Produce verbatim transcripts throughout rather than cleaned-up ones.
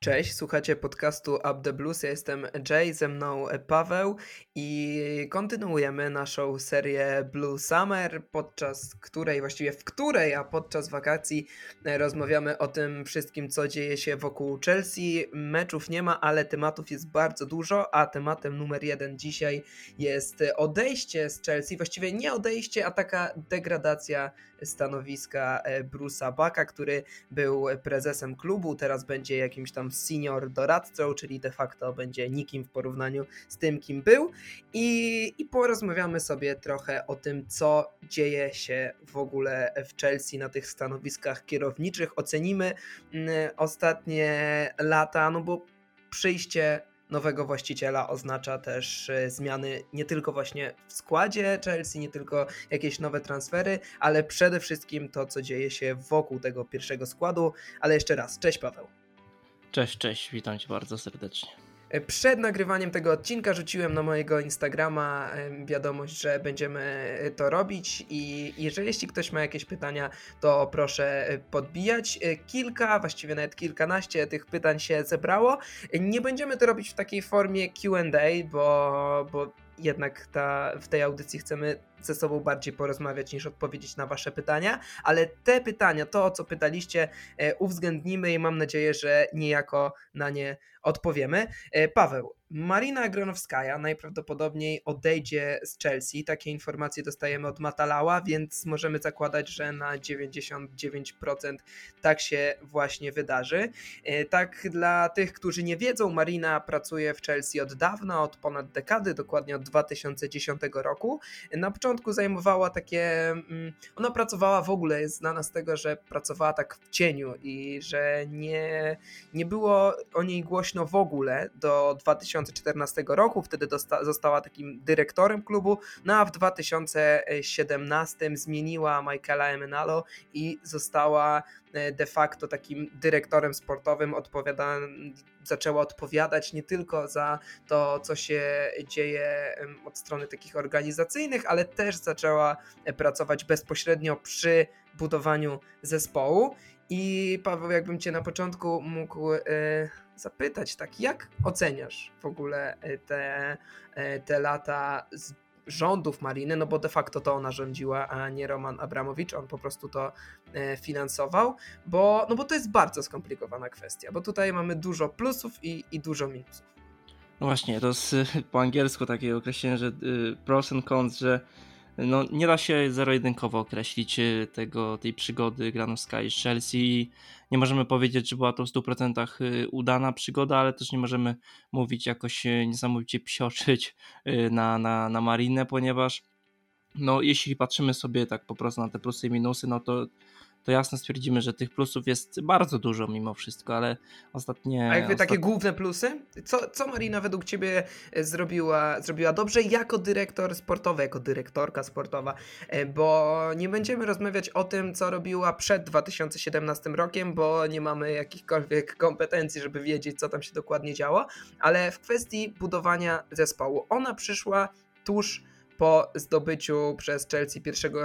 Cześć, słuchacie podcastu Up the Blues. Ja jestem Jay, ze mną Paweł i kontynuujemy naszą serię Blue Summer, podczas której, właściwie w której, a podczas wakacji e, rozmawiamy o tym wszystkim, co dzieje się wokół Chelsea. Meczów nie ma, ale tematów jest bardzo dużo, a tematem numer jeden dzisiaj jest odejście z Chelsea, właściwie nie odejście, a taka degradacja stanowiska e, Bruce'a Bucka, który był prezesem klubu, teraz będzie jakimś tam senior doradcą, czyli de facto będzie nikim w porównaniu z tym, kim był. I, i porozmawiamy sobie trochę o tym, co dzieje się w ogóle w Chelsea na tych stanowiskach kierowniczych. Ocenimy mm, ostatnie lata, no bo przyjście nowego właściciela oznacza też e, zmiany nie tylko właśnie w składzie Chelsea, nie tylko jakieś nowe transfery, ale przede wszystkim to, co dzieje się wokół tego pierwszego składu. Ale jeszcze raz, cześć Paweł. Cześć, cześć, witam Cię bardzo serdecznie. Przed nagrywaniem tego odcinka rzuciłem na mojego Instagrama wiadomość, że będziemy to robić i jeżeli jeśli ktoś ma jakieś pytania, to proszę podbijać. Kilka, właściwie nawet kilkanaście tych pytań się zebrało. Nie będziemy to robić w takiej formie Q and A, bo, bo jednak ta, w tej audycji chcemy ze sobą bardziej porozmawiać niż odpowiedzieć na wasze pytania, ale te pytania, to o co pytaliście, uwzględnimy i mam nadzieję, że niejako na nie odpowiemy. Paweł, Marina Gronowskaja najprawdopodobniej odejdzie z Chelsea. Takie informacje dostajemy od Matalała, więc możemy zakładać, że na dziewięćdziesiąt dziewięć procent tak się właśnie wydarzy. Tak dla tych, którzy nie wiedzą, Marina pracuje w Chelsea od dawna, od ponad dekady, dokładnie od dwa tysiące dziesiątego roku. Na początku zajmowała takie... Ona pracowała w ogóle, jest znana z tego, że pracowała tak w cieniu i że nie, nie było o niej głośno w ogóle do dwa tysiące czternastego roku, wtedy dosta- została takim dyrektorem klubu, no a w dwa tysiące siedemnastym zmieniła Michaela Emenalo i została de facto takim dyrektorem sportowym, odpowiada, zaczęła odpowiadać nie tylko za to, co się dzieje od strony takich organizacyjnych, ale też zaczęła pracować bezpośrednio przy budowaniu zespołu. I Paweł, jakbym cię na początku mógł e, zapytać, tak, jak oceniasz w ogóle te, te lata z rządów Mariny, no bo de facto to ona rządziła, a nie Roman Abramowicz, on po prostu to e, finansował, bo, no bo to jest bardzo skomplikowana kwestia, bo tutaj mamy dużo plusów i, i dużo minusów. No właśnie, to jest po angielsku takie określenie, że y, pros and cons, że no, nie da się zero-jedynkowo określić tego, tej przygody Granowskiej z Chelsea. Nie możemy powiedzieć, że była to w stu procentach udana przygoda, ale też nie możemy mówić jakoś niesamowicie psioczyć na, na, na Marinę, ponieważ no, jeśli patrzymy sobie tak po prostu na te plusy i minusy, no to to jasno stwierdzimy, że tych plusów jest bardzo dużo mimo wszystko, ale ostatnie... A jakby ostat... takie główne plusy? Co, co Marina według ciebie zrobiła, zrobiła dobrze jako dyrektor sportowy, jako dyrektorka sportowa? Bo nie będziemy rozmawiać o tym, co robiła przed dwa tysiące siedemnastym rokiem, bo nie mamy jakichkolwiek kompetencji, żeby wiedzieć, co tam się dokładnie działo, ale w kwestii budowania zespołu. Ona przyszła tuż po zdobyciu przez Chelsea pierwszego,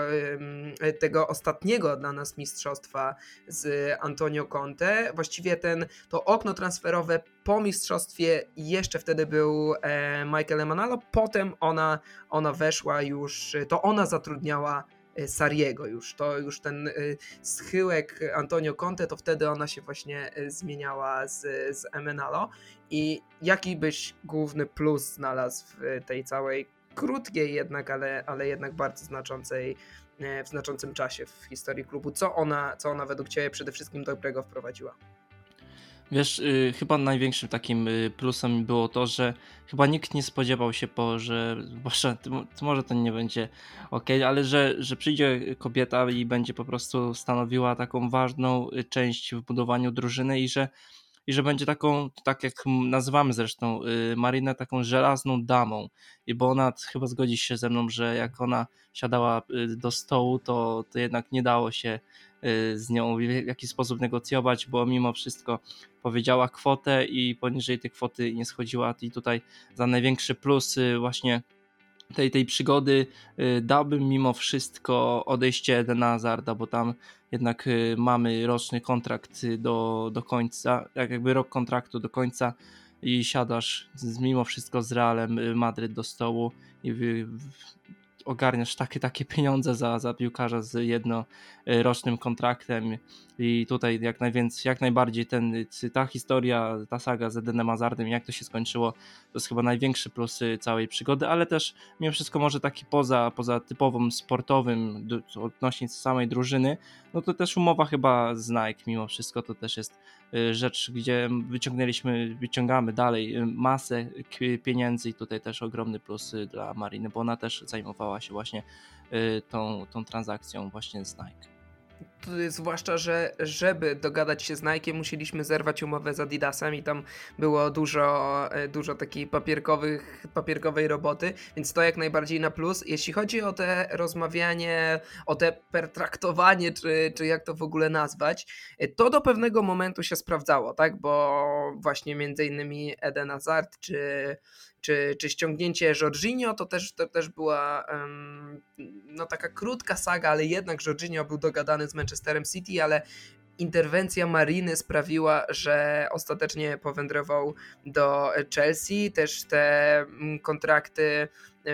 tego ostatniego dla nas mistrzostwa z Antonio Conte. Właściwie ten, to okno transferowe po mistrzostwie jeszcze wtedy był Michael Emenalo, potem ona, ona weszła już, to ona zatrudniała Sarriego już, to już ten schyłek Antonio Conte, to wtedy ona się właśnie zmieniała z, z Emenalo. I jaki byś główny plus znalazł w tej całej krótkiej jednak, ale, ale jednak bardzo znaczącej, w znaczącym czasie w historii klubu. Co ona, co ona według ciebie przede wszystkim dobrego wprowadziła? Wiesz, yy, chyba największym takim yy, plusem było to, że chyba nikt nie spodziewał się, po, że boże, to, to może to nie będzie okej, okay, ale że, że przyjdzie kobieta i będzie po prostu stanowiła taką ważną część w budowaniu drużyny i że i że będzie taką, tak jak nazywamy zresztą Marinę, taką żelazną damą, i bo ona chyba zgodzi się ze mną, że jak ona siadała do stołu, to, to jednak nie dało się z nią w jakiś sposób negocjować, bo mimo wszystko powiedziała kwotę i poniżej tej kwoty nie schodziła. I tutaj za największy plus właśnie tej, tej przygody y, dałbym mimo wszystko odejście Edena Hazarda, bo tam jednak y, mamy roczny kontrakt y, do, do końca, jak jakby rok kontraktu do końca i siadasz z, mimo wszystko z Realem y, Madryt do stołu i wy, w, ogarniasz takie, takie pieniądze za, za piłkarza z jednorocznym kontraktem i tutaj jak, najwięcej, jak najbardziej ten, ta historia, ta saga z Edenem Hazardem, jak to się skończyło, to jest chyba największy plus całej przygody, ale też mimo wszystko może taki poza, poza typowym sportowym odnośnie samej drużyny, no to też umowa chyba z Nike mimo wszystko to też jest rzecz, gdzie wyciągnęliśmy, wyciągamy dalej masę pieniędzy i tutaj też ogromny plus dla Mariny, bo ona też zajmowała się właśnie tą, tą transakcją właśnie z Nike. Zwłaszcza, że żeby dogadać się z Nike, musieliśmy zerwać umowę z Adidasem i tam było dużo, dużo takiej papierkowych, papierkowej roboty, więc to jak najbardziej na plus. Jeśli chodzi o te rozmawianie, o te pertraktowanie, czy, czy jak to w ogóle nazwać, to do pewnego momentu się sprawdzało, tak? Bo właśnie między innymi Eden Hazard, czy Czy, czy ściągnięcie Jorginho, to też, to też była um, no taka krótka saga, ale jednak Jorginho był dogadany z Manchesterem City, ale interwencja Mariny sprawiła, że ostatecznie powędrował do Chelsea. Też te kontrakty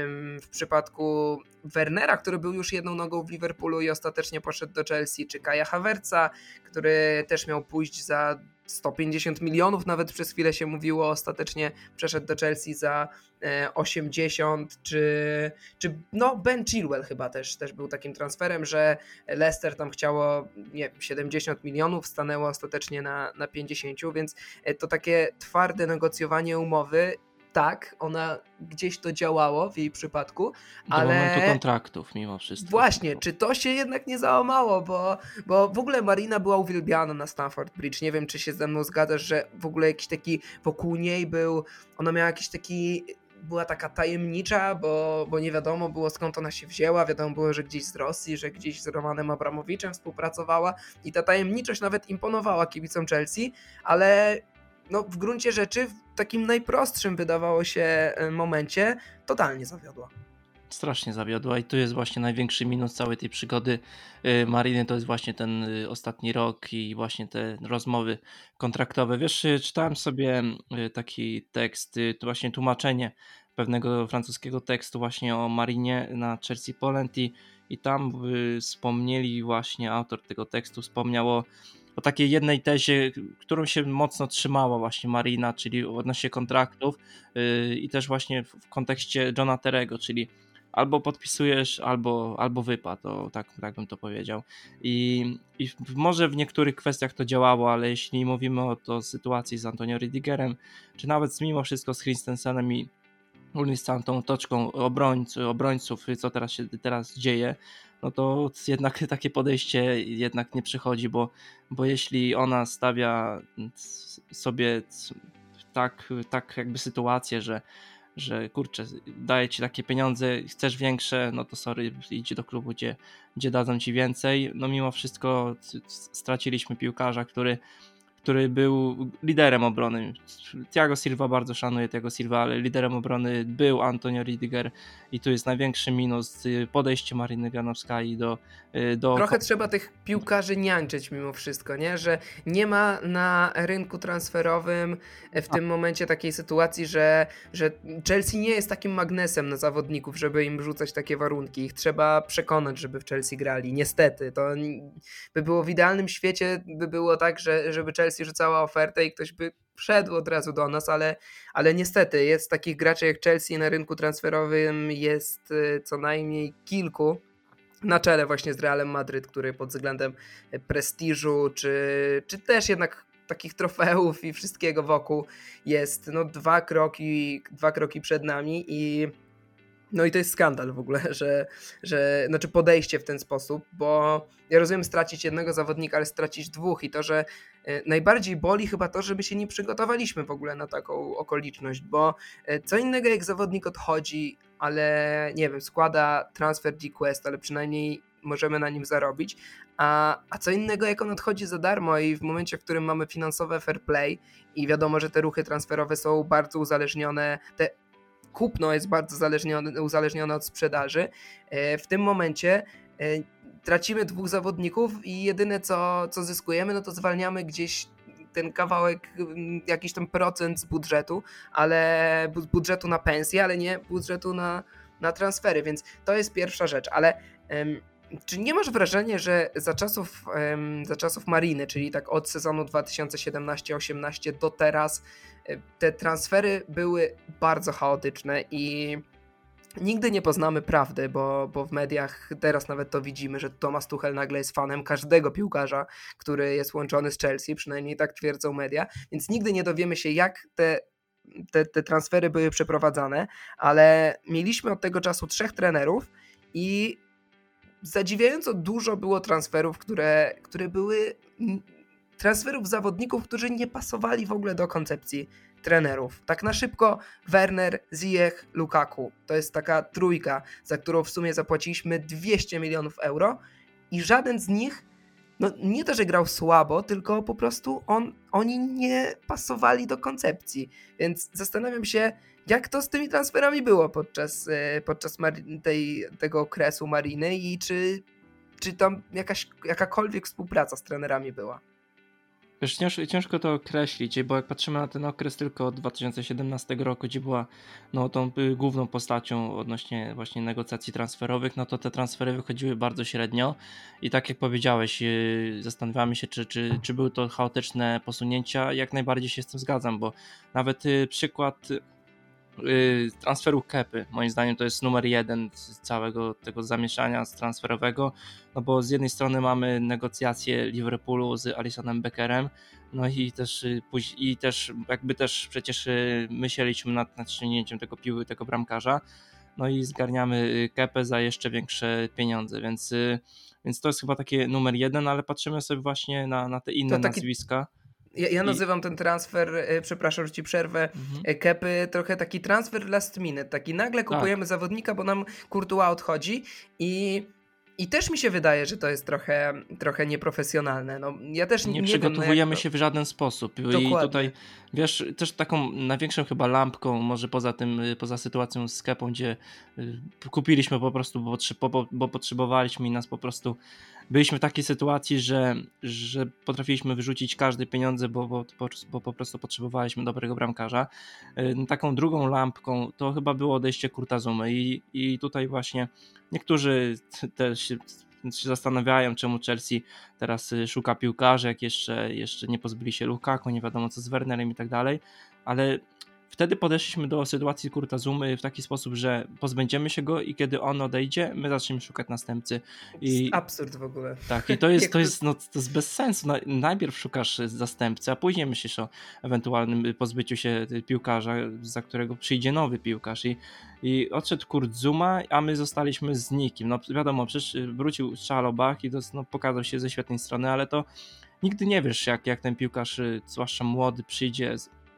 w przypadku Wernera, który był już jedną nogą w Liverpoolu i ostatecznie poszedł do Chelsea, czy Kaja Havertza, który też miał pójść za sto pięćdziesiąt milionów, nawet przez chwilę się mówiło, ostatecznie przeszedł do Chelsea za osiemdziesiąt, czy, czy no Ben Chilwell chyba też, też był takim transferem, że Leicester tam chciało, nie wiem, siedemdziesiąt milionów, stanęło ostatecznie na, na pięćdziesiąt, więc to takie twarde negocjowanie umowy. Tak, ona gdzieś to działało w jej przypadku, do ale... momentu kontraktów mimo wszystko. Właśnie, czy to się jednak nie załamało, bo, bo w ogóle Marina była uwielbiana na Stamford Bridge. Nie wiem, czy się ze mną zgadzasz, że w ogóle jakiś taki wokół niej był, ona miała jakiś taki, była taka tajemnicza, bo, bo nie wiadomo było, skąd ona się wzięła, wiadomo było, że gdzieś z Rosji, że gdzieś z Romanem Abramowiczem współpracowała i ta tajemniczość nawet imponowała kibicom Chelsea, ale no w gruncie rzeczy w takim najprostszym wydawało się momencie totalnie zawiodła. Strasznie zawiodła i tu jest właśnie największy minus całej tej przygody Mariny, to jest właśnie ten ostatni rok i właśnie te rozmowy kontraktowe. Wiesz, czytałem sobie taki tekst, to właśnie tłumaczenie pewnego francuskiego tekstu właśnie o Marinie na Chelsea Poland i, i tam wspomnieli właśnie, autor tego tekstu wspomniał o o takiej jednej tezie, którą się mocno trzymała właśnie Marina, czyli odnośnie kontraktów yy, i też właśnie w, w kontekście Johna Terry'ego, czyli albo podpisujesz, albo, albo wypad, to tak, tak bym to powiedział. I, I może w niektórych kwestiach to działało, ale jeśli mówimy o to sytuacji z Antonio Rüdigerem, czy nawet mimo wszystko z Christensenem i z całą tą otoczką obrońców, obrońców, co teraz się teraz dzieje, no to jednak takie podejście jednak nie przychodzi, bo, bo jeśli ona stawia sobie tak, tak jakby sytuację, że, że kurczę, daje ci takie pieniądze, chcesz większe, no to sorry, idź do klubu, gdzie, gdzie dadzą ci więcej. No mimo wszystko straciliśmy piłkarza, który który był liderem obrony. Thiago Silva, bardzo szanuję Thiago Silva, ale liderem obrony był Antonio Rüdiger i tu jest największy minus, podejście Mariny Granowskiej do, do... Trochę trzeba tych piłkarzy niańczyć mimo wszystko, nie? Że nie ma na rynku transferowym w tym momencie takiej sytuacji, że, że Chelsea nie jest takim magnesem na zawodników, żeby im rzucać takie warunki. Ich trzeba przekonać, żeby w Chelsea grali. Niestety, to by było w idealnym świecie, by było tak, że żeby Chelsea rzucała ofertę i ktoś by wszedł od razu do nas, ale, ale niestety jest takich graczy jak Chelsea na rynku transferowym jest co najmniej kilku, na czele właśnie z Realem Madryt, który pod względem prestiżu, czy, czy też jednak takich trofeów i wszystkiego wokół jest no dwa kroki, dwa kroki przed nami i no i to jest skandal w ogóle, że, że znaczy podejście w ten sposób, bo ja rozumiem stracić jednego zawodnika, ale stracić dwóch i to, że najbardziej boli chyba to, żeby się nie przygotowaliśmy w ogóle na taką okoliczność, bo co innego jak zawodnik odchodzi, ale nie wiem, składa transfer request, ale przynajmniej możemy na nim zarobić, a, a co innego jak on odchodzi za darmo i w momencie, w którym mamy finansowe fair play i wiadomo, że te ruchy transferowe są bardzo uzależnione, te kupno jest bardzo uzależnione, uzależnione od sprzedaży. W tym momencie tracimy dwóch zawodników i jedyne co, co zyskujemy, no to zwalniamy gdzieś ten kawałek, jakiś tam procent z budżetu, ale z budżetu na pensję, ale nie budżetu na, na transfery, więc to jest pierwsza rzecz, ale um, czy nie masz wrażenia, że za czasów, um, za czasów Mariny, czyli tak od sezonu dwa tysiące siedemnaście osiemnaście do teraz, te transfery były bardzo chaotyczne i nigdy nie poznamy prawdy, bo, bo w mediach teraz nawet to widzimy, że Thomas Tuchel nagle jest fanem każdego piłkarza, który jest łączony z Chelsea, przynajmniej tak twierdzą media, więc nigdy nie dowiemy się, jak te, te, te transfery były przeprowadzane, ale mieliśmy od tego czasu trzech trenerów i zadziwiająco dużo było transferów, które, które były transferów zawodników, którzy nie pasowali w ogóle do koncepcji trenerów. Tak na szybko Werner, Ziyech, Lukaku. To jest taka trójka, za którą w sumie zapłaciliśmy dwieście milionów euro i żaden z nich, no nie to, że grał słabo, tylko po prostu on, oni nie pasowali do koncepcji. Więc zastanawiam się, jak to z tymi transferami było podczas, podczas tej, tego okresu Mariny i czy, czy tam jakaś, jakakolwiek współpraca z trenerami była. Wiesz, ciężko, ciężko to określić, bo jak patrzymy na ten okres tylko od dwa tysiące siedemnastego roku, gdzie była no, tą y, główną postacią odnośnie właśnie negocjacji transferowych, no to te transfery wychodziły bardzo średnio i tak jak powiedziałeś, y, zastanawiamy się, czy, czy, czy były to chaotyczne posunięcia. Jak najbardziej się z tym zgadzam, bo nawet y, przykład y, transferu Kepy, moim zdaniem to jest numer jeden z całego tego zamieszania transferowego, no bo z jednej strony mamy negocjacje Liverpoolu z Alissonem Beckerem, no i też i też jakby też przecież myśleliśmy nad, nad ściągnięciem tego piły, tego bramkarza, no i zgarniamy Kepę za jeszcze większe pieniądze, więc, więc to jest chyba takie numer jeden, ale patrzymy sobie właśnie na, na te inne taki... nazwiska. Ja, ja nazywam I... ten transfer, e, przepraszam, że ci przerwę, mhm. Kepy trochę taki transfer last minute, taki nagle kupujemy tak. zawodnika, bo nam Courtois odchodzi i, i też mi się wydaje, że to jest trochę, trochę nieprofesjonalne. No, ja też nie, nie nie przygotowujemy wiem, no się w żaden sposób. Dokładnie. I tutaj, wiesz, też taką największą chyba lampką, może poza tym, poza sytuacją z Kepą, gdzie kupiliśmy po prostu, bo, bo, bo potrzebowaliśmy i nas po prostu byliśmy w takiej sytuacji, że, że potrafiliśmy wyrzucić każde pieniądze, bo, bo, bo po prostu potrzebowaliśmy dobrego bramkarza. Taką drugą lampką to chyba było odejście Kurta Zumy i, i tutaj właśnie niektórzy też się, się zastanawiają, czemu Chelsea teraz szuka piłkarzy, jak jeszcze, jeszcze nie pozbyli się Lukaku, nie wiadomo co z Wernerem i tak dalej, ale wtedy podeszliśmy do sytuacji Kurta Zumy w taki sposób, że pozbędziemy się go i kiedy on odejdzie, my zaczniemy szukać następcy. I absurd w ogóle. Tak, i to jest, to jest, no, to jest bez sensu. Najpierw szukasz zastępcy, a później myślisz o ewentualnym pozbyciu się piłkarza, za którego przyjdzie nowy piłkarz. I, i odszedł Kurt Zuma, a my zostaliśmy z nikim. No wiadomo, przecież wrócił Chalobah i to, no, pokazał się ze świetnej strony, ale to nigdy nie wiesz, jak, jak ten piłkarz, zwłaszcza młody, przyjdzie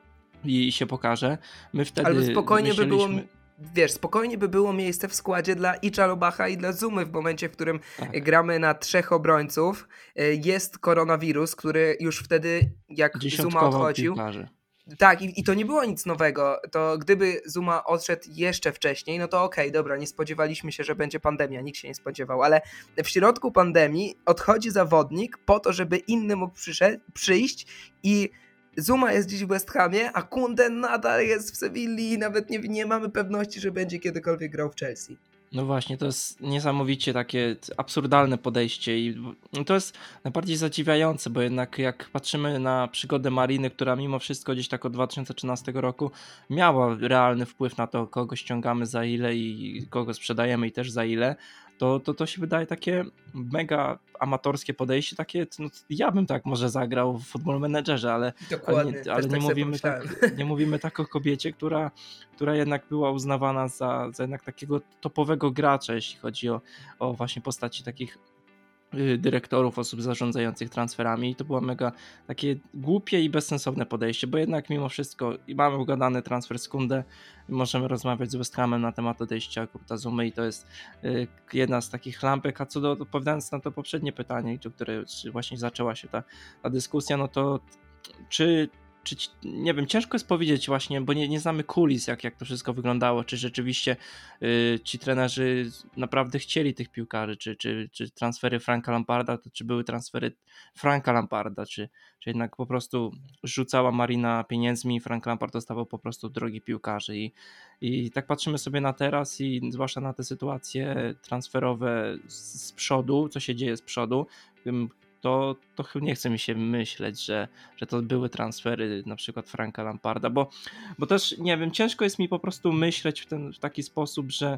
i się pokaże. My wtedy Ale spokojnie myśleliśmy... by było, wiesz, spokojnie by było miejsce w składzie dla i Chalobaha i dla Zumy w momencie, w którym tak. gramy na trzech obrońców. Jest koronawirus, który już wtedy, jak Zuma odchodził... Piłkarzy. Tak, i, i to nie było nic nowego. To gdyby Zuma odszedł jeszcze wcześniej, no to okej, okay, dobra, nie spodziewaliśmy się, że będzie pandemia, nikt się nie spodziewał, ale w środku pandemii odchodzi zawodnik po to, żeby inny mógł przyszedł, przyjść i Zuma jest dziś w West Hamie, a Koundé nadal jest w Sewilli i nawet nie, nie mamy pewności, że będzie kiedykolwiek grał w Chelsea. No właśnie, to jest niesamowicie takie absurdalne podejście i to jest najbardziej zadziwiające, bo jednak jak patrzymy na przygodę Mariny, która mimo wszystko gdzieś tak od dwa tysiące trzynastego roku miała realny wpływ na to, kogo ściągamy za ile i kogo sprzedajemy i też za ile, to, to, to się wydaje takie mega amatorskie podejście, takie, no ja bym tak może zagrał w Football Managerze, ale, ale, nie, ale nie, tak mówimy tak, nie mówimy tak o kobiecie, która, która jednak była uznawana za, za jednak takiego topowego gracza, jeśli chodzi o, o właśnie postaci takich dyrektorów, osób zarządzających transferami i to było mega takie głupie i bezsensowne podejście, bo jednak mimo wszystko mamy ugadany transfer z Koundé, możemy rozmawiać z West Hamem na temat odejścia Kurta Zumy i to jest jedna z takich lampek, a co do, odpowiadając na to poprzednie pytanie, do które właśnie zaczęła się ta, ta dyskusja, no to czy czy, nie wiem, ciężko jest powiedzieć właśnie, bo nie, nie znamy kulis, jak, jak to wszystko wyglądało, czy rzeczywiście y, ci trenerzy naprawdę chcieli tych piłkarzy, czy, czy, czy transfery Franka Lamparda, to czy były transfery Franka Lamparda, czy, czy jednak po prostu rzucała Marina pieniędzmi i Frank Lampard dostawał po prostu drogich piłkarzy i, i tak patrzymy sobie na teraz i zwłaszcza na te sytuacje transferowe z, z przodu, co się dzieje z przodu, to, to chyba nie chce mi się myśleć, że, że to były transfery na przykład Franka Lamparda, bo, bo też, nie wiem, ciężko jest mi po prostu myśleć w, ten, w taki sposób, że,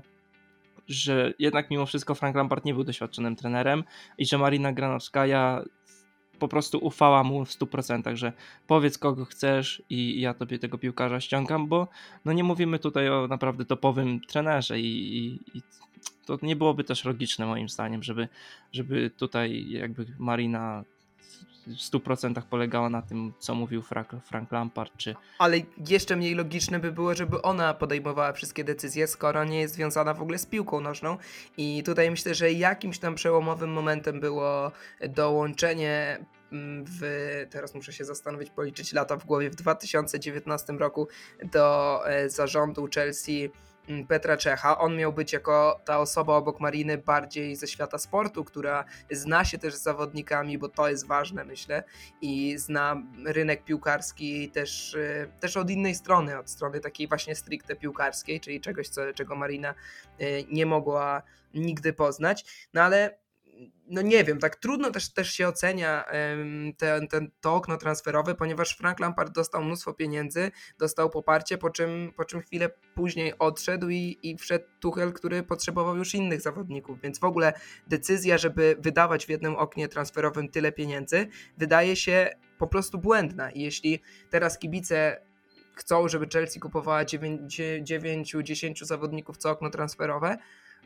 że jednak mimo wszystko Frank Lampard nie był doświadczonym trenerem i że Marina Granowskaja po prostu ufała mu w stu procentach, że powiedz kogo chcesz i ja tobie tego piłkarza ściągam, bo no nie mówimy tutaj o naprawdę topowym trenerze i, i, i to nie byłoby też logiczne moim zdaniem, żeby, żeby tutaj jakby Marina w stu procentach polegała na tym, co mówił Frank, Frank Lampard, czy... Ale jeszcze mniej logiczne by było, żeby ona podejmowała wszystkie decyzje, skoro nie jest związana w ogóle z piłką nożną. I tutaj myślę, że jakimś tam przełomowym momentem było dołączenie w, teraz muszę się zastanowić, policzyć lata w głowie, w dwa tysiące dziewiętnastym roku do zarządu Chelsea Petra Czecha. On miał być jako ta osoba obok Mariny bardziej ze świata sportu, która zna się też z zawodnikami, bo to jest ważne, myślę, i zna rynek piłkarski też, też od innej strony, od strony takiej właśnie stricte piłkarskiej, czyli czegoś, co, czego Marina nie mogła nigdy poznać. No ale no nie wiem, tak trudno też, też się ocenia ten, ten, to okno transferowe, ponieważ Frank Lampard dostał mnóstwo pieniędzy, dostał poparcie, po czym, po czym chwilę później odszedł i, i wszedł Tuchel, który potrzebował już innych zawodników, więc w ogóle decyzja, żeby wydawać w jednym oknie transferowym tyle pieniędzy, wydaje się po prostu błędna. I jeśli teraz kibice chcą, żeby Chelsea kupowała dziewięć dziesięć zawodników co okno transferowe,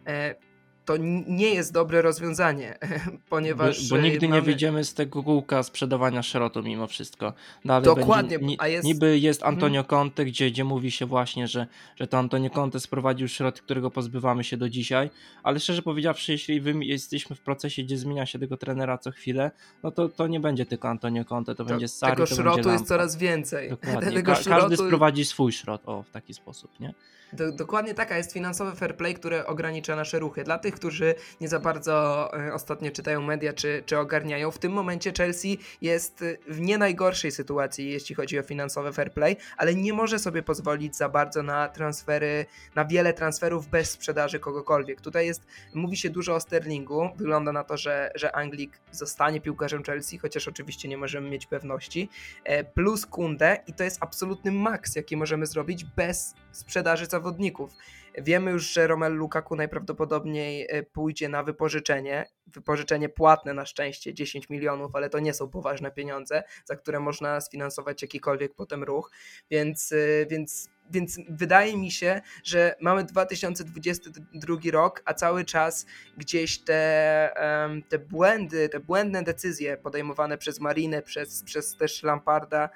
to nie jest dobre rozwiązanie, ponieważ... Bo, bo nigdy mamy... nie wyjdziemy z tego kółka sprzedawania szrotu mimo wszystko. Dalej Dokładnie, będzie, a jest... Niby jest Antonio Conte, gdzie, gdzie mówi się właśnie, że, że to Antonio Conte sprowadził szrot, którego pozbywamy się do dzisiaj, ale szczerze powiedziawszy, jeśli wy jesteśmy w procesie, gdzie zmienia się tego trenera co chwilę, no to, to nie będzie tylko Antonio Conte, to, to będzie Sarri, tego to szrotu będzie jest coraz więcej. Dokładnie, tego Ka- szrotu... każdy sprowadzi swój szrot, o, w taki sposób, nie? Do, dokładnie taka jest finansowy fair play, które ogranicza nasze ruchy. Dla tych, którzy nie za bardzo e, ostatnio czytają media czy, czy ogarniają, w tym momencie Chelsea jest w nie najgorszej sytuacji, jeśli chodzi o finansowe fair play, ale nie może sobie pozwolić za bardzo na transfery, na wiele transferów bez sprzedaży kogokolwiek. Tutaj jest, mówi się dużo o Sterlingu, wygląda na to, że, że Anglik zostanie piłkarzem Chelsea, chociaż oczywiście nie możemy mieć pewności, e, plus Kunde i to jest absolutny maks, jaki możemy zrobić bez sprzedaży zawodników. Wiemy już, że Romelu Lukaku najprawdopodobniej pójdzie na wypożyczenie, wypożyczenie płatne na szczęście, dziesięć milionów, ale to nie są poważne pieniądze, za które można sfinansować jakikolwiek potem ruch, więc, więc, więc wydaje mi się, że mamy dwa tysiące dwudziesty drugi rok, a cały czas gdzieś te, te błędy, te błędne decyzje podejmowane przez Marinę, przez, przez też Lamparda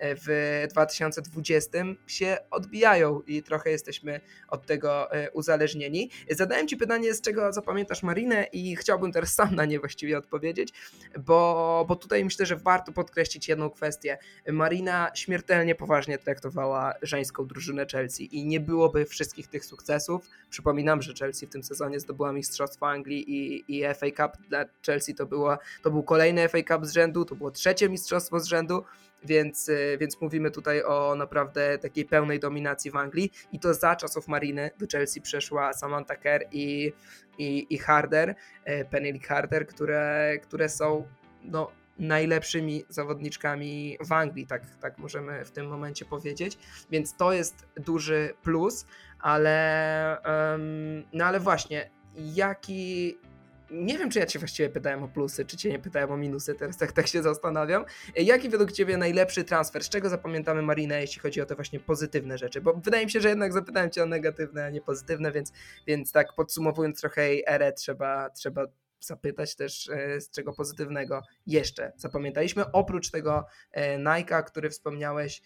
w dwa tysiące dwudziestym się odbijają i trochę jesteśmy od tego uzależnieni. Zadałem Ci pytanie, z czego zapamiętasz Marinę i chciałbym teraz sam na nie właściwie odpowiedzieć, bo, bo tutaj myślę, że warto podkreślić jedną kwestię. Marina śmiertelnie poważnie traktowała żeńską drużynę Chelsea i nie byłoby wszystkich tych sukcesów. Przypominam, że Chelsea w tym sezonie zdobyła Mistrzostwo Anglii i, i F A Cup. Dla Chelsea to, było, to był kolejny F A Cup z rzędu, to było trzecie mistrzostwo z rzędu, Więc, więc mówimy tutaj o naprawdę takiej pełnej dominacji w Anglii i to za czasów Mariny do Chelsea przeszła Samantha Kerr i, i, i Harder, Pernille Harder, które, które są no, najlepszymi zawodniczkami w Anglii, tak, tak możemy w tym momencie powiedzieć, więc to jest duży plus, ale, um, no ale właśnie, jaki... Nie wiem, czy ja Cię właściwie pytałem o plusy, czy Cię nie pytałem o minusy, teraz tak, tak się zastanawiam. Jaki według Ciebie najlepszy transfer? Z czego zapamiętamy Marinę, jeśli chodzi o te właśnie pozytywne rzeczy? Bo wydaje mi się, że jednak zapytałem Cię o negatywne, a nie pozytywne, więc, więc tak podsumowując trochę jej erę, trzeba, trzeba zapytać też, z czego pozytywnego jeszcze zapamiętaliśmy. Oprócz tego Nike'a, który wspomniałeś,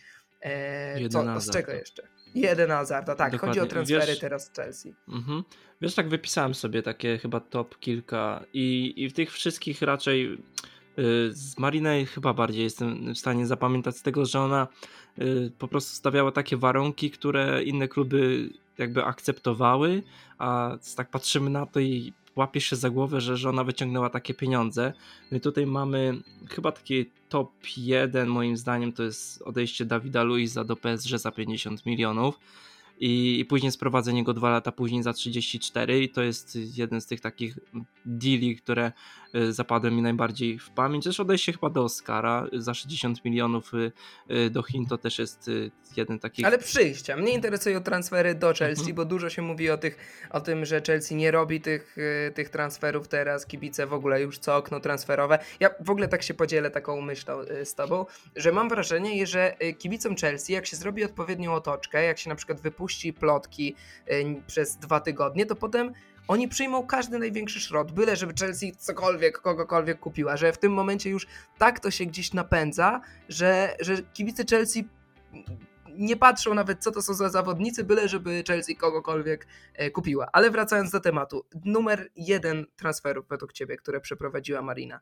co, z czego jeszcze? Jeden Hazarda, tak, Dokładnie. Chodzi o transfery Wiesz, teraz z Chelsea. Mhm. Wiesz, tak wypisałem sobie takie chyba top kilka i, i w tych wszystkich raczej Z Marinej chyba bardziej jestem w stanie zapamiętać z tego, że ona po prostu stawiała takie warunki, które inne kluby jakby akceptowały, a tak patrzymy na to i łapiesz się za głowę, że, że ona wyciągnęła takie pieniądze. No i tutaj mamy chyba taki top jeden moim zdaniem, to jest odejście Davida Luiza do P S G za pięćdziesiąt milionów. I, i później sprowadzenie go dwa lata później za trzydzieści cztery i to jest jeden z tych takich deali, które zapadły mi najbardziej w pamięć. Też odejście chyba do Oscara za sześćdziesiąt milionów do Chin, to też jest jeden takich... Ale przyjścia. Mnie interesują transfery do Chelsea, Mhm. bo dużo się mówi o, tych, o tym, że Chelsea nie robi tych, tych transferów teraz, kibice w ogóle już co okno transferowe. Ja w ogóle tak się podzielę taką myślą z tobą, że mam wrażenie, że kibicom Chelsea, jak się zrobi odpowiednią otoczkę, jak się na przykład wypuści plotki przez dwa tygodnie, to potem oni przyjmą każdy największy szrot, byle żeby Chelsea cokolwiek, kogokolwiek kupiła, że w tym momencie już tak to się gdzieś napędza, że, że kibice Chelsea nie patrzą nawet, co to są za zawodnicy, byle żeby Chelsea kogokolwiek kupiła. Ale wracając do tematu, numer jeden transferów według ciebie, które przeprowadziła Marina?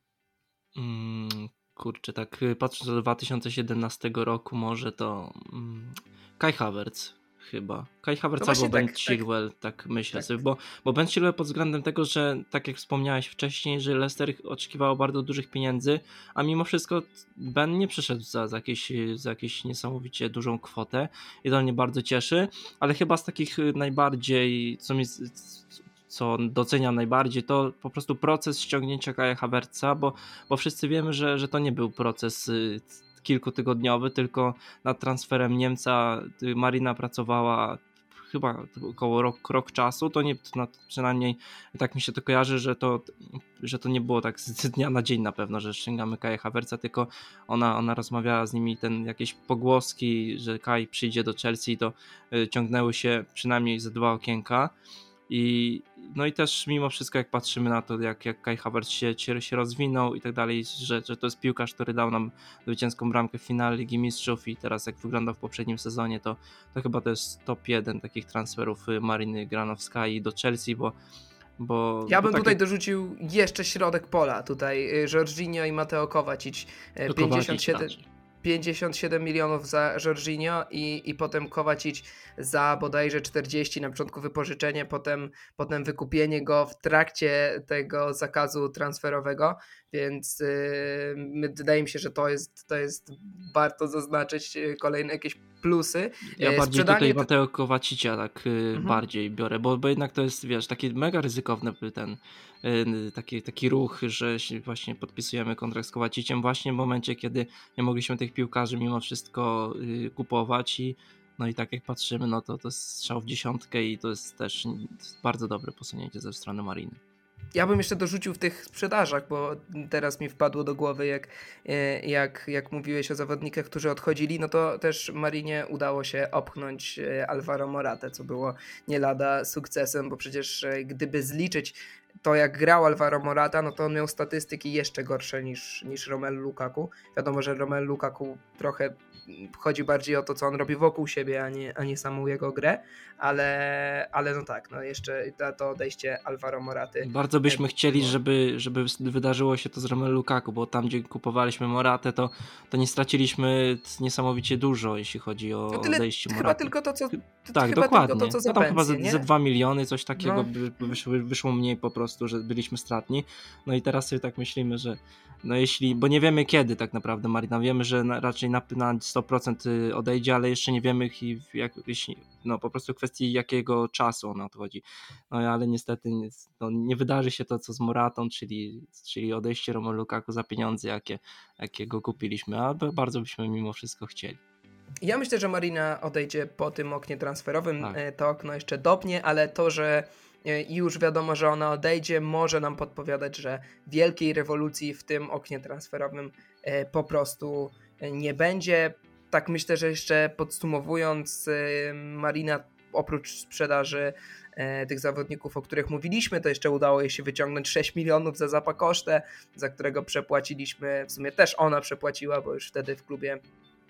Mm, kurczę, tak patrząc do dwa tysiące siedemnastego roku może to mm, Kai Havertz chyba. Kai Havertz no albo Ben tak, Chilwell, tak, tak myślę tak. sobie, bo, bo Ben Chilwell pod względem tego, że tak jak wspomniałeś wcześniej, że Leicester oczekiwało bardzo dużych pieniędzy, a mimo wszystko Ben nie przyszedł za, za, jakieś, za jakieś niesamowicie dużą kwotę i to mnie bardzo cieszy, ale chyba z takich najbardziej, co mi co doceniam najbardziej, to po prostu proces ściągnięcia Kaja Havertza, bo, bo wszyscy wiemy, że, że to nie był proces kilkutygodniowy, tylko nad transferem Niemca Marina pracowała chyba około rok, rok czasu, to nie, to przynajmniej tak mi się to kojarzy, że to, że to nie było tak z dnia na dzień na pewno, że ściągamy Kaja Havertza, tylko ona, ona rozmawiała z nimi, ten jakieś pogłoski, że Kaj przyjdzie do Chelsea, to ciągnęły się przynajmniej ze dwa okienka. I, no i też mimo wszystko jak patrzymy na to, jak, jak Kai Havertz się, się rozwinął i tak dalej, że, że to jest piłkarz, który dał nam zwycięską bramkę w finale Ligi Mistrzów i teraz jak wyglądał w poprzednim sezonie, to, to chyba to jest top jeden takich transferów Mariny Granowskiej do Chelsea, bo Bo, ja bo bym tak tutaj jak... dorzucił jeszcze środek pola, tutaj Jorginho i Mateo Kovacic, pięćdziesiąt siedem pięćdziesiąt siedem milionów za Jorginho i, i potem Kovacic za bodajże czterdzieści, na początku wypożyczenie, potem, potem wykupienie go w trakcie tego zakazu transferowego, więc yy, wydaje mi się, że to jest, to jest warto zaznaczyć kolejne jakieś plusy. Ja bardziej Sprzedanie tutaj to... Mateo Kovacicia tak yy, mhm. bardziej biorę, bo, bo jednak to jest, wiesz, taki mega ryzykowny ten yy, taki, taki ruch, że się właśnie podpisujemy kontrakt z Kovaciciem właśnie w momencie, kiedy nie mogliśmy tych piłkarzy mimo wszystko yy, kupować i no i tak jak patrzymy, no to to jest strzał w dziesiątkę i to jest też bardzo dobre posunięcie ze strony Mariny. Ja bym jeszcze dorzucił w tych sprzedażach, bo teraz mi wpadło do głowy, jak, jak, jak mówiłeś o zawodnikach, którzy odchodzili, no to też Marinie udało się opchnąć Alvaro Moratę, co było nie lada sukcesem, bo przecież gdyby zliczyć to, jak grał Alvaro Morata, no to on miał statystyki jeszcze gorsze niż, niż Romelu Lukaku. Wiadomo, że Romelu Lukaku trochę chodzi bardziej o to, co on robi wokół siebie, a nie, a nie samą jego grę, ale, ale no tak, no jeszcze to odejście Alvaro Moraty. Bardzo byśmy chcieli, żeby, żeby wydarzyło się to z Romelu Lukaku, bo tam, gdzie kupowaliśmy Moratę, to, to nie straciliśmy niesamowicie dużo, jeśli chodzi o no tyle, odejście Moraty. Chyba tylko to, co to tak, chyba dokładnie. Tylko to, co za no tam pensję, chyba nie? ze dwa miliony, coś takiego no. by wyszło, wyszło mniej po prostu, że byliśmy stratni. No i teraz sobie tak myślimy, że no jeśli, bo nie wiemy kiedy tak naprawdę Marina, wiemy, że na, raczej na, na sto procent odejdzie, ale jeszcze nie wiemy jak, jeśli, no po prostu kwestii jakiego czasu ona odchodzi. No ale niestety nie, no, nie wydarzy się to co z Moratą, czyli, czyli odejście Romelu Lukaku za pieniądze, jakie, jakie go kupiliśmy, a bardzo byśmy mimo wszystko chcieli. Ja myślę, że Marina odejdzie po tym oknie transferowym, tak. To okno jeszcze dopnie, ale to, że już wiadomo, że ona odejdzie, może nam podpowiadać, że wielkiej rewolucji w tym oknie transferowym po prostu nie będzie. Tak myślę, że jeszcze podsumowując, Marina oprócz sprzedaży tych zawodników, o których mówiliśmy, to jeszcze udało jej się wyciągnąć sześć milionów za Zappacoste, za którego przepłaciliśmy, w sumie też ona przepłaciła, bo już wtedy w klubie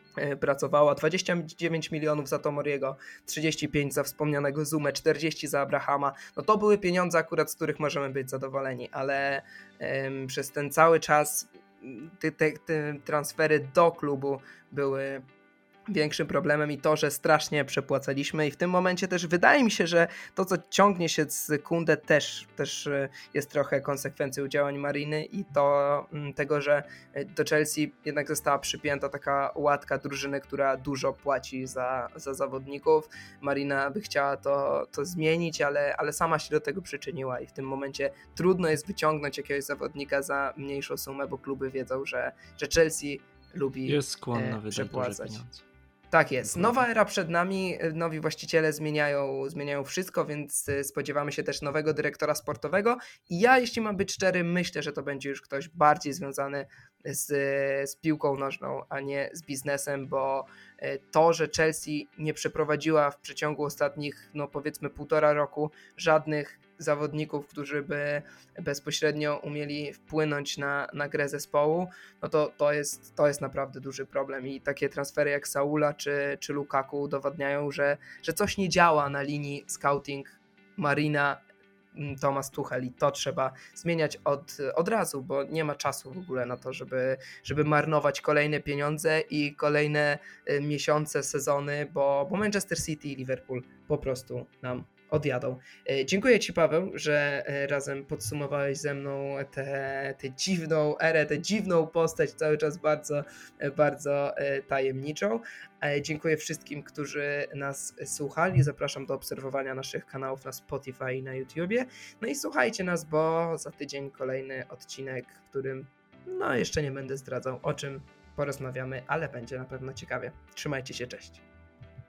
pracowała, dwadzieścia dziewięć milionów za Tomoriego, trzydzieści pięć za wspomnianego Zumę, czterdzieści za Abrahama. No to były pieniądze akurat, z których możemy być zadowoleni, ale um, przez ten cały czas te, te, te transfery do klubu były większym problemem i to, że strasznie przepłacaliśmy i w tym momencie też wydaje mi się, że to, co ciągnie się z Kunde też, też jest trochę konsekwencją działań Mariny i to tego, że do Chelsea jednak została przypięta taka łatka drużyny, która dużo płaci za, za zawodników. Marina by chciała to, to zmienić, ale, ale sama się do tego przyczyniła i w tym momencie trudno jest wyciągnąć jakiegoś zawodnika za mniejszą sumę, bo kluby wiedzą, że, że Chelsea lubi jest skłonna e, wydać przepłacać. duże pieniądze. Tak jest. Nowa era przed nami, nowi właściciele zmieniają, zmieniają wszystko, więc spodziewamy się też nowego dyrektora sportowego i ja, jeśli mam być szczery, myślę, że to będzie już ktoś bardziej związany z, z piłką nożną, a nie z biznesem, bo to, że Chelsea nie przeprowadziła w przeciągu ostatnich, no powiedzmy półtora roku żadnych zawodników, którzy by bezpośrednio umieli wpłynąć na, na grę zespołu, no to, to, jest, to jest naprawdę duży problem i takie transfery jak Saula czy, czy Lukaku udowadniają, że, że coś nie działa na linii scouting Marina, Thomas Tuchel i to trzeba zmieniać od, od razu, bo nie ma czasu w ogóle na to, żeby, żeby marnować kolejne pieniądze i kolejne miesiące, sezony, bo, bo Manchester City i Liverpool po prostu nam odjadą. Dziękuję Ci, Paweł, że razem podsumowałeś ze mną tę dziwną erę, tę dziwną postać, cały czas bardzo, bardzo tajemniczą. Dziękuję wszystkim, którzy nas słuchali. Zapraszam do obserwowania naszych kanałów na Spotify i na YouTubie. No i słuchajcie nas, bo za tydzień kolejny odcinek, w którym no jeszcze nie będę zdradzał, o czym porozmawiamy, ale będzie na pewno ciekawie. Trzymajcie się, cześć.